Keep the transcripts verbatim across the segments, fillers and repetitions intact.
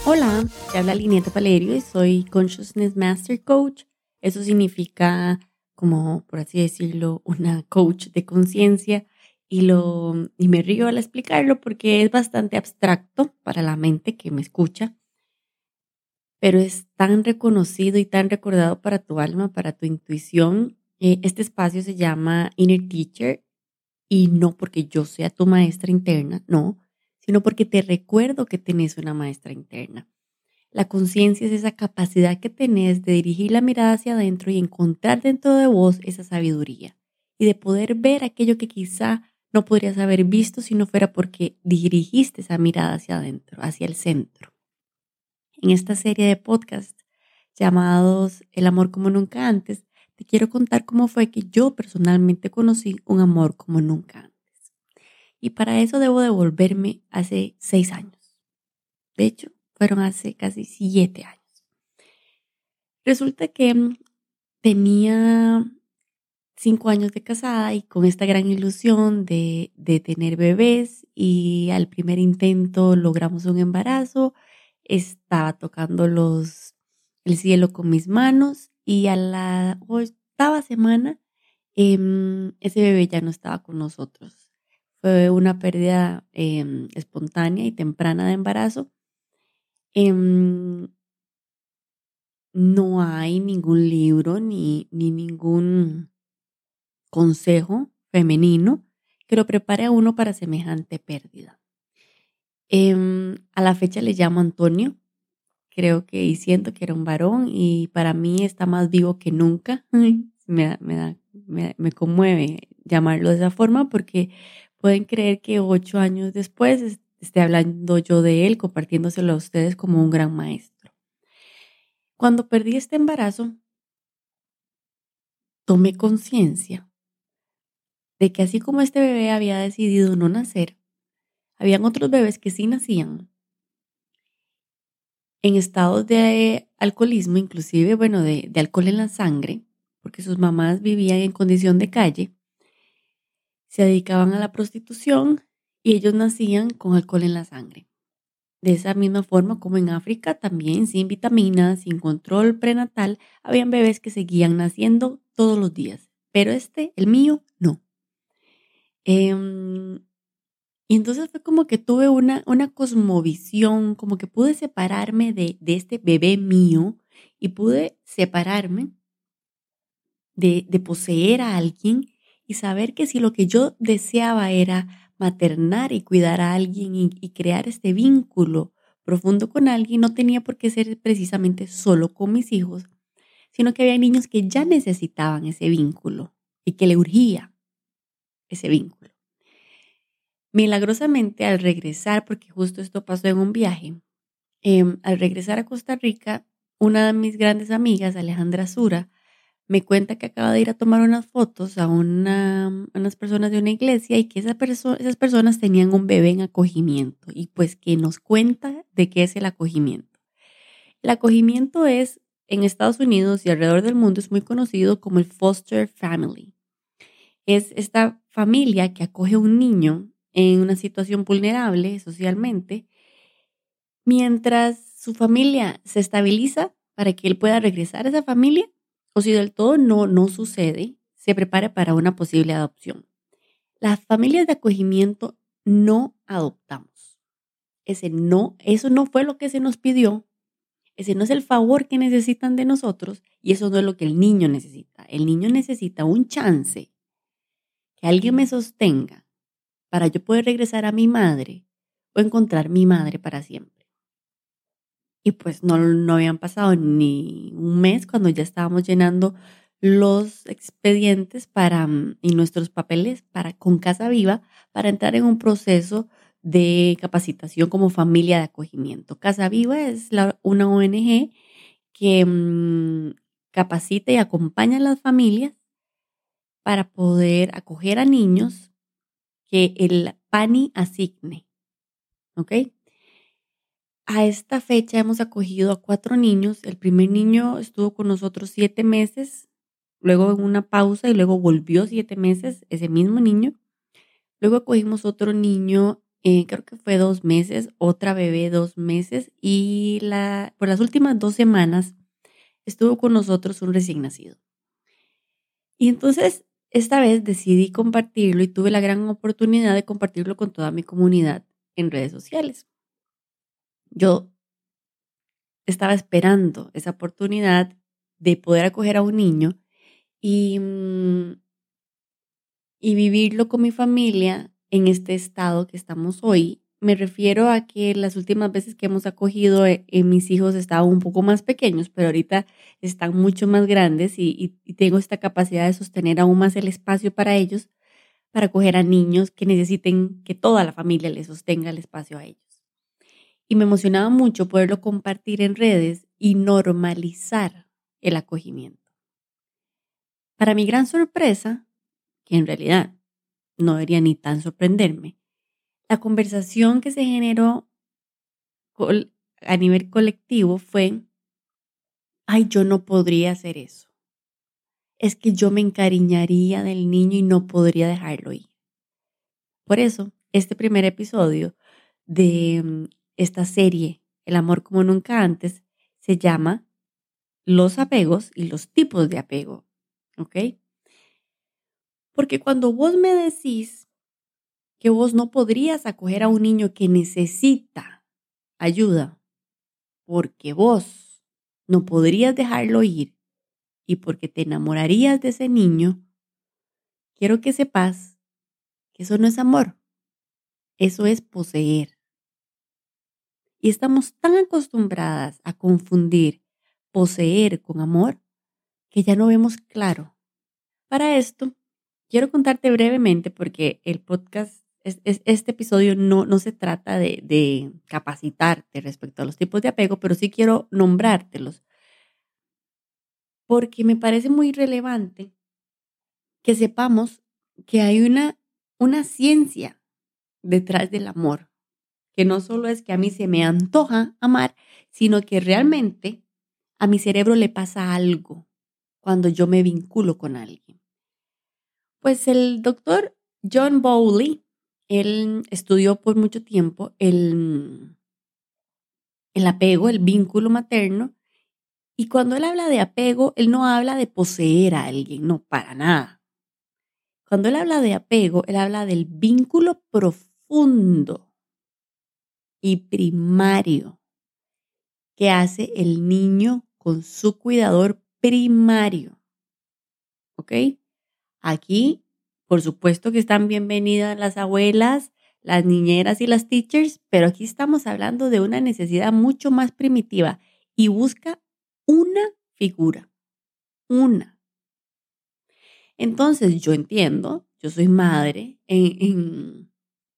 Hola, te habla Linieta Valerio y soy Consciousness Master Coach. Eso significa, como por así decirlo, una coach de conciencia y lo y me río al explicarlo porque es bastante abstracto para la mente que me escucha, pero es tan reconocido y tan recordado para tu alma, para tu intuición. Eh, este espacio se llama Inner Teacher y no porque yo sea tu maestra interna, no, sino porque te recuerdo que tenés una maestra interna. La conciencia es esa capacidad que tenés de dirigir la mirada hacia adentro y encontrar dentro de vos esa sabiduría y de poder ver aquello que quizá no podrías haber visto si no fuera porque dirigiste esa mirada hacia adentro, hacia el centro. En esta serie de podcasts llamados El amor como nunca antes, te quiero contar cómo fue que yo personalmente conocí un amor como nunca antes. Y para eso debo devolverme hace seis años. De hecho, fueron hace casi siete años. Resulta que mm, tenía cinco años de casada y con esta gran ilusión de, de tener bebés y al primer intento logramos un embarazo. Estaba tocando los, el cielo con mis manos y a la octava semana em, ese bebé ya no estaba con nosotros. Fue una pérdida em, espontánea y temprana de embarazo. Em, no hay ningún libro ni, ni ningún consejo femenino que lo prepare a uno para semejante pérdida. Em, a la fecha le llamo Antonio, creo que y siento que era un varón y para mí está más vivo que nunca. Ay, me, da- me, da- me, me conmueve llamarlo de esa forma porque pueden creer que ocho años después es- esté hablando yo de él, compartiéndoselo a ustedes como un gran maestro. Cuando perdí este embarazo, tomé conciencia de que así como este bebé había decidido no nacer, habían otros bebés que sí nacían en estados de alcoholismo, inclusive, bueno, de, de alcohol en la sangre, porque sus mamás vivían en condición de calle, se dedicaban a la prostitución y ellos nacían con alcohol en la sangre. De esa misma forma como en África, también sin vitaminas, sin control prenatal, habían bebés que seguían naciendo todos los días, pero este, el mío, no. Em, Y entonces fue como que tuve una, una cosmovisión, como que pude separarme de, de este bebé mío y pude separarme de, de poseer a alguien y saber que si lo que yo deseaba era maternar y cuidar a alguien y, y crear este vínculo profundo con alguien, no tenía por qué ser precisamente solo con mis hijos, sino que había niños que ya necesitaban ese vínculo y que le urgía ese vínculo. Milagrosamente, al regresar, porque justo esto pasó en un viaje, em, al regresar a Costa Rica, una de mis grandes amigas, Alejandra Sura, me cuenta que acaba de ir a tomar unas fotos a una, a unas personas de una iglesia y que esa perso- esas personas tenían un bebé en acogimiento y pues que nos cuenta de qué es el acogimiento. El acogimiento es, en Estados Unidos y alrededor del mundo, es muy conocido como el foster family. Es esta familia que acoge a un niño en una situación vulnerable socialmente, mientras su familia se estabiliza para que él pueda regresar a esa familia, o si del todo no, no sucede, se prepara para una posible adopción. Las familias de acogimiento no adoptamos. Ese no, eso no fue lo que se nos pidió, ese no es el favor que necesitan de nosotros y eso no es lo que el niño necesita. El niño necesita un chance, que alguien me sostenga para yo poder regresar a mi madre o encontrar mi madre para siempre. Y pues no, no habían pasado ni un mes cuando ya estábamos llenando los expedientes para, mm, y nuestros papeles para, con Casa Viva para entrar en un proceso de capacitación como familia de acogimiento. Casa Viva es la- una O N G que mm, capacita y acompaña a las familias para poder acoger a niños que el PANI asigne, ¿ok? A esta fecha hemos acogido a cuatro niños. El primer niño estuvo con nosotros siete meses, luego en una pausa y luego volvió siete meses, ese mismo niño. Luego acogimos otro niño eh, creo que fue dos meses, otra bebé dos meses y la, por las últimas dos semanas estuvo con nosotros un recién nacido. Y entonces esta vez decidí compartirlo y tuve la gran oportunidad de compartirlo con toda mi comunidad en redes sociales. Yo estaba esperando esa oportunidad de poder acoger a un niño y, mm, y vivirlo con mi familia en este estado que estamos hoy. Me refiero a que las últimas veces que hemos acogido, eh, eh, mis hijos estaban un poco más pequeños, pero ahorita están mucho más grandes y, y- y tengo esta capacidad de sostener aún más el espacio para ellos, para acoger a niños que necesiten que toda la familia les sostenga el espacio a ellos. Y me emocionaba mucho poderlo compartir en redes y normalizar el acogimiento. Para mi gran sorpresa, que en realidad no debería ni tan sorprenderme, la conversación que se generó col- a nivel colectivo fue, ay, yo no podría hacer eso. Es que yo me encariñaría del niño y no podría dejarlo ir. Por eso, este primer episodio de mm, esta serie, El amor como nunca antes, se llama Los apegos y los tipos de apego. ¿Ok? Porque cuando vos me decís que vos no podrías acoger a un niño que necesita ayuda, porque vos no podrías dejarlo ir y porque te enamorarías de ese niño, quiero que sepas que eso no es amor, eso es poseer. Y estamos tan acostumbradas a confundir poseer con amor que ya no vemos claro. Para esto, quiero contarte brevemente porque el podcast, es, es- este episodio no, no se trata de, de capacitarte respecto a los tipos de apego, pero sí quiero nombrártelos porque me parece muy relevante que sepamos que hay una, una ciencia detrás del amor, que no solo es que a mí se me antoja amar, sino que realmente a mi cerebro le pasa algo cuando yo me vinculo con alguien. Pues el doctor John Bowley, él estudió por mucho tiempo el, el apego, el vínculo materno, y cuando él habla de apego, él no habla de poseer a alguien, no, para nada. Cuando él habla de apego, él habla del vínculo profundo y primario que hace el niño con su cuidador primario. ¿Ok? Aquí, por supuesto que están bienvenidas las abuelas, las niñeras y las teachers, pero aquí estamos hablando de una necesidad mucho más primitiva y busca una figura, una. Entonces yo entiendo, yo soy madre en, en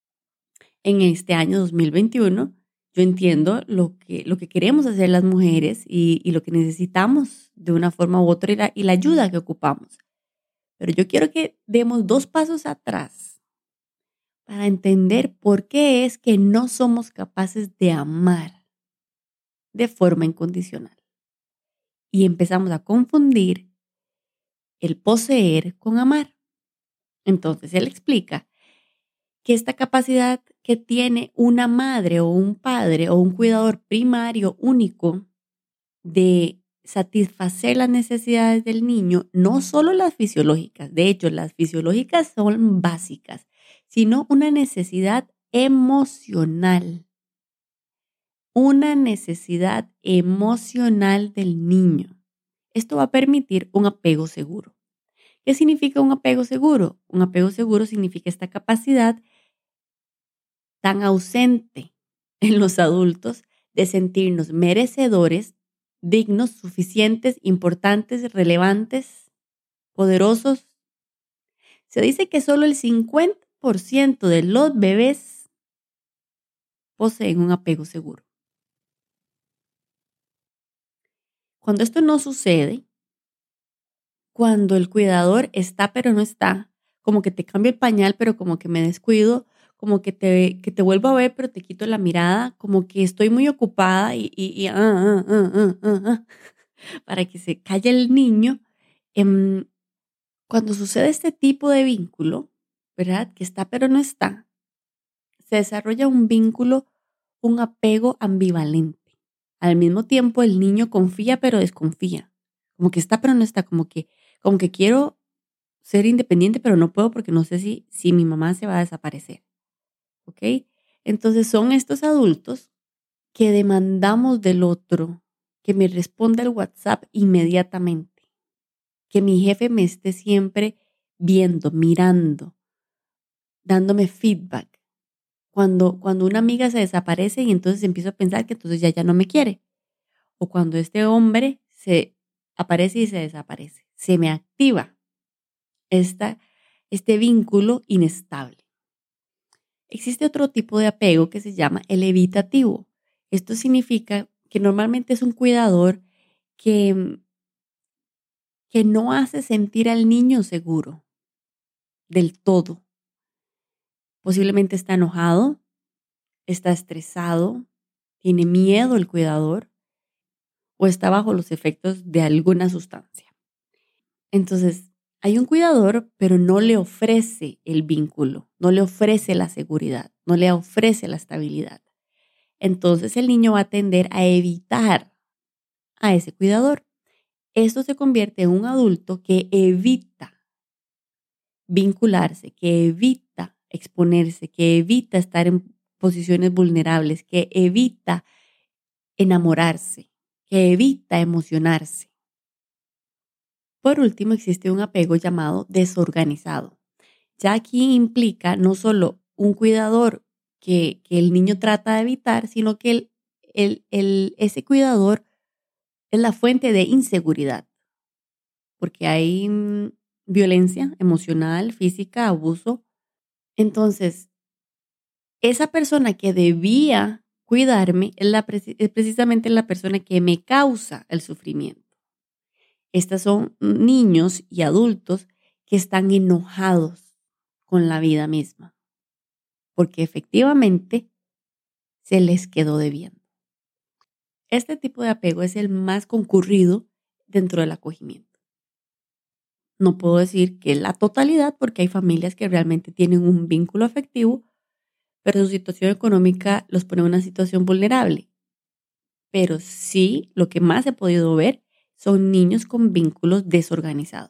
en este año dos mil veintiuno, yo entiendo lo que, lo que queremos hacer las mujeres y, y lo que necesitamos de una forma u otra y la, y la ayuda que ocupamos. Pero yo quiero que demos dos pasos atrás para entender por qué es que no somos capaces de amar de forma incondicional. Y empezamos a confundir el poseer con amar. Entonces él explica que esta capacidad que tiene una madre o un padre o un cuidador primario único de satisfacer las necesidades del niño, no solo las fisiológicas, de hecho las fisiológicas son básicas, sino una necesidad emocional, una necesidad emocional del niño. Esto va a permitir un apego seguro. ¿Qué significa un apego seguro? Un apego seguro significa esta capacidad tan ausente en los adultos de sentirnos merecedores, dignos, suficientes, importantes, relevantes, poderosos. Se dice que solo el cincuenta por ciento de los bebés poseen un apego seguro. Cuando esto no sucede, cuando el cuidador está pero no está, como que te cambio el pañal pero como que me descuido, como que te, que te vuelvo a ver pero te quito la mirada, como que estoy muy ocupada y, y, y ah, ah, ah, ah, ah, ah, para que se calle el niño. Em, Cuando sucede este tipo de vínculo, ¿verdad? Que está pero no está, se desarrolla un vínculo, un apego ambivalente. Al mismo tiempo, el niño confía pero desconfía. Como que está pero no está, como que, como que quiero ser independiente pero no puedo porque no sé si, si mi mamá se va a desaparecer. ¿Ok? Entonces son estos adultos que demandamos del otro que me responda el WhatsApp inmediatamente, que mi jefe me esté siempre viendo, mirando, dándome feedback. Cuando, cuando una amiga se desaparece y entonces empiezo a pensar que entonces ya, ya no me quiere. O cuando este hombre se aparece y se desaparece. Se me activa esta, este vínculo inestable. Existe otro tipo de apego que se llama el evitativo. Esto significa que normalmente es un cuidador que, que no hace sentir al niño seguro del todo. Posiblemente está enojado, está estresado, tiene miedo el cuidador o está bajo los efectos de alguna sustancia. Entonces, hay un cuidador, pero no le ofrece el vínculo, no le ofrece la seguridad, no le ofrece la estabilidad. Entonces, el niño va a tender a evitar a ese cuidador. Esto se convierte en un adulto que evita vincularse, que evita exponerse, que evita estar en posiciones vulnerables, que evita enamorarse, que evita emocionarse. Por último, existe un apego llamado desorganizado. Ya aquí implica no solo un cuidador que, que el niño trata de evitar, sino que el, el, el, ese cuidador es la fuente de inseguridad, porque hay mm, violencia emocional, física, abuso. Entonces, esa persona que debía cuidarme es, la, es precisamente la persona que me causa el sufrimiento. Estos son niños y adultos que están enojados con la vida misma, porque efectivamente se les quedó debiendo. Este tipo de apego es el más concurrido dentro del acogimiento. No puedo decir que es la totalidad porque hay familias que realmente tienen un vínculo afectivo, pero su situación económica los pone en una situación vulnerable. Pero sí, lo que más he podido ver son niños con vínculos desorganizados.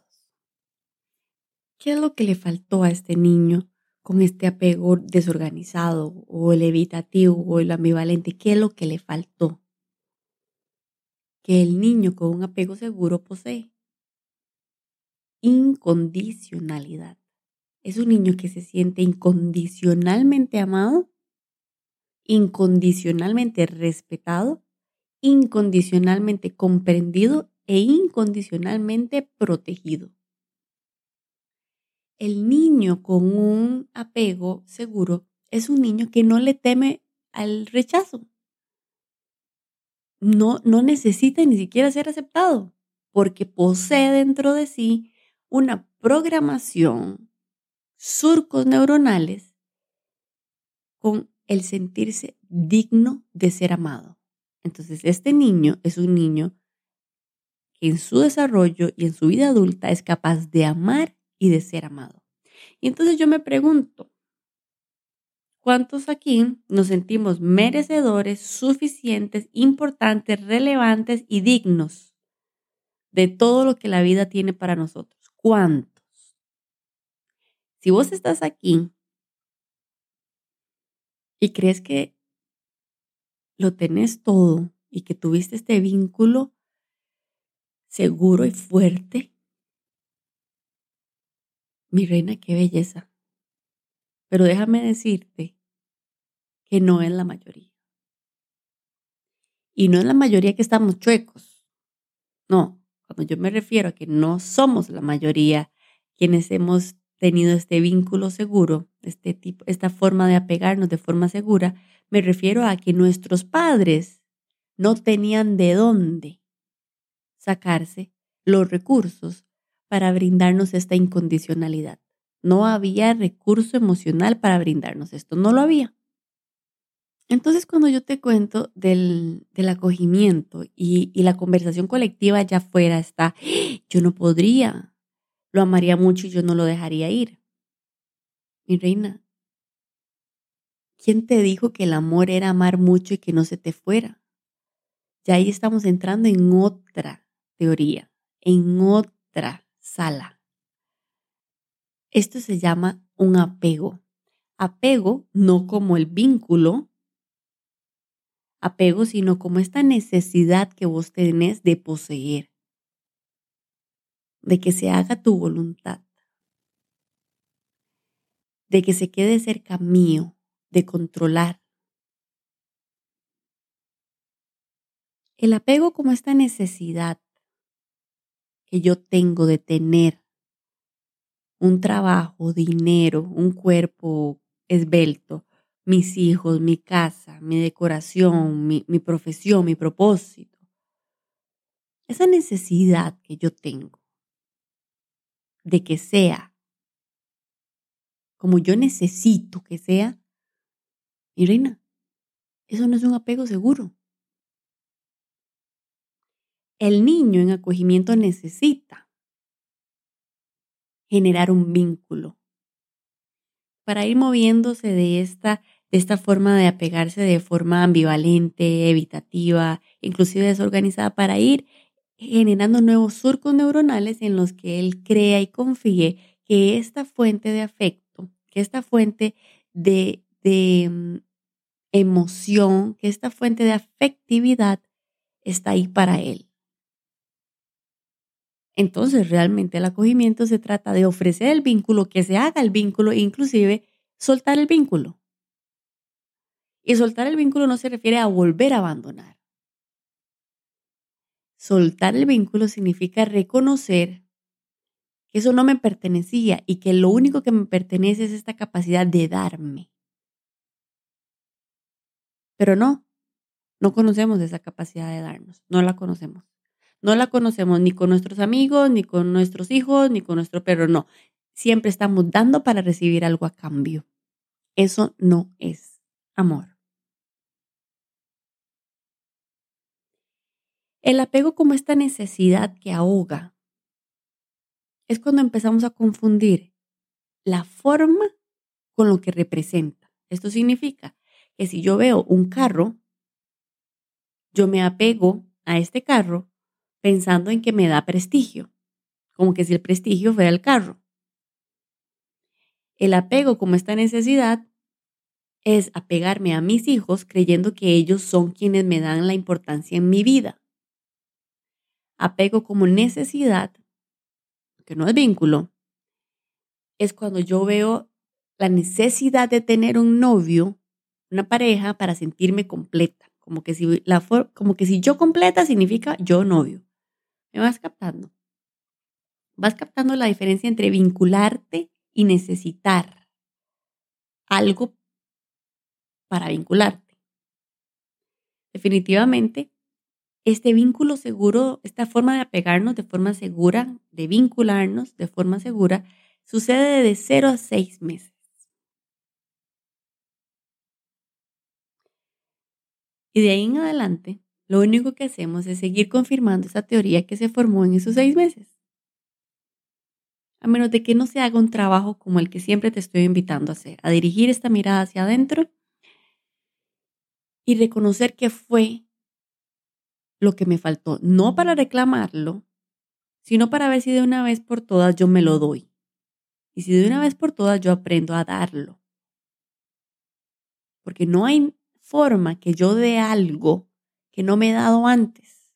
¿Qué es lo que le faltó a este niño con este apego desorganizado o el evitativo o el ambivalente? ¿Qué es lo que le faltó? Que el niño con un apego seguro posee incondicionalidad. Es un niño que se siente incondicionalmente amado, incondicionalmente respetado, incondicionalmente comprendido e incondicionalmente protegido. El niño con un apego seguro es un niño que no le teme al rechazo. No, no necesita ni siquiera ser aceptado porque posee dentro de sí una programación, surcos neuronales con el sentirse digno de ser amado. Entonces, este niño es un niño que en su desarrollo y en su vida adulta es capaz de amar y de ser amado. Y entonces yo me pregunto, ¿cuántos aquí nos sentimos merecedores, suficientes, importantes, relevantes y dignos de todo lo que la vida tiene para nosotros? ¿Cuántos? Si vos estás aquí y crees que lo tenés todo y que tuviste este vínculo seguro y fuerte, mi reina, qué belleza. Pero déjame decirte que no es la mayoría. Y no es la mayoría que estamos chuecos. No, cuando yo me refiero a que no somos la mayoría quienes hemos tenido este vínculo seguro, este tipo, esta forma de apegarnos de forma segura, me refiero a que nuestros padres no tenían de dónde sacarse los recursos para brindarnos esta incondicionalidad. No había recurso emocional para brindarnos esto, no lo había. Entonces, cuando yo te cuento del, del acogimiento y, y la conversación colectiva allá afuera está, yo no podría, lo amaría mucho y yo no lo dejaría ir. Mi reina, ¿Quién te dijo que el amor era amar mucho y que no se te fuera? Ya ahí estamos entrando en otra teoría, en otra sala. Esto se llama un apego. Apego no como el vínculo, apego, sino como esta necesidad que vos tenés de poseer, de que se haga tu voluntad, de que se quede cerca mío, de controlar. El apego como esta necesidad que yo tengo de tener un trabajo, dinero, un cuerpo esbelto, mis hijos, mi casa, mi decoración, mi, mi profesión, mi propósito. Esa necesidad que yo tengo de que sea como yo necesito que sea, mi reina, eso no es un apego seguro. El niño en acogimiento necesita generar un vínculo para ir moviéndose de esta, de esta forma de apegarse de forma ambivalente, evitativa, inclusive desorganizada, para ir generando nuevos surcos neuronales en los que él crea y confíe que esta fuente de afecto, que esta fuente de, de mm, emoción, que esta fuente de afectividad está ahí para él. Entonces, realmente el acogimiento se trata de ofrecer el vínculo, que se haga el vínculo e inclusive soltar el vínculo. Y soltar el vínculo no se refiere a volver a abandonar. Soltar el vínculo significa reconocer que eso no me pertenecía y que lo único que me pertenece es esta capacidad de darme. Pero no, no conocemos esa capacidad de darnos, no la conocemos. No la conocemos ni con nuestros amigos, ni con nuestros hijos, ni con nuestro perro, no. Siempre estamos dando para recibir algo a cambio. Eso no es amor. El apego como esta necesidad que ahoga es cuando empezamos a confundir la forma con lo que representa. Esto significa que si yo veo un carro, yo me apego a este carro pensando en que me da prestigio, como que si el prestigio fuera el carro. El apego como esta necesidad es apegarme a mis hijos creyendo que ellos son quienes me dan la importancia en mi vida. Apego como necesidad, que no es vínculo, es cuando yo veo la necesidad de tener un novio, una pareja, para sentirme completa. Como que si, la for- como que si yo completa significa yo novio. ¿Me vas captando? Vas captando la diferencia entre vincularte y necesitar algo para vincularte. Definitivamente, este vínculo seguro, esta forma de apegarnos de forma segura, de vincularnos de forma segura, sucede de cero a seis meses. Y de ahí en adelante, lo único que hacemos es seguir confirmando esa teoría que se formó en esos seis meses. A menos de que no se haga un trabajo como el que siempre te estoy invitando a hacer, a dirigir esta mirada hacia adentro y reconocer qué fue lo que me faltó, no para reclamarlo, sino para ver si de una vez por todas yo me lo doy. Y si de una vez por todas yo aprendo a darlo. Porque no hay forma que yo dé algo que no me he dado antes.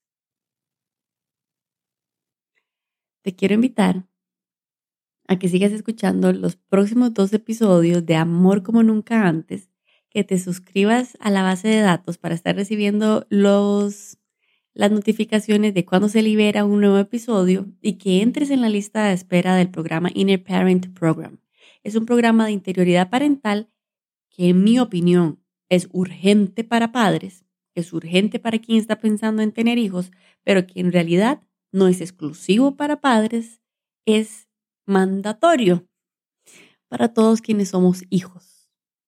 Te quiero invitar a que sigas escuchando los próximos dos episodios de Amor como nunca antes, que te suscribas a la base de datos para estar recibiendo los, las notificaciones de cuando se libera un nuevo episodio y que entres en la lista de espera del programa Inner Parent Program. Es un programa de interioridad parental que, en mi opinión, es urgente para padres, es urgente para quien está pensando en tener hijos, pero que en realidad no es exclusivo para padres, es mandatorio para todos quienes somos hijos.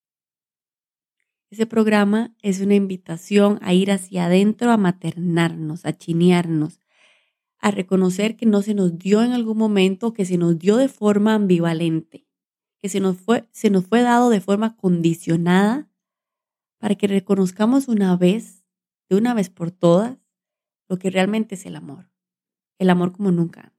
Ese programa es una invitación a ir hacia adentro, a maternarnos, a chinearnos, a reconocer que no se nos dio en algún momento, que se nos dio de forma ambivalente, que se nos fue, se nos fue dado de forma condicionada para que reconozcamos una vez, de una vez por todas, lo que realmente es el amor. El amor como nunca antes.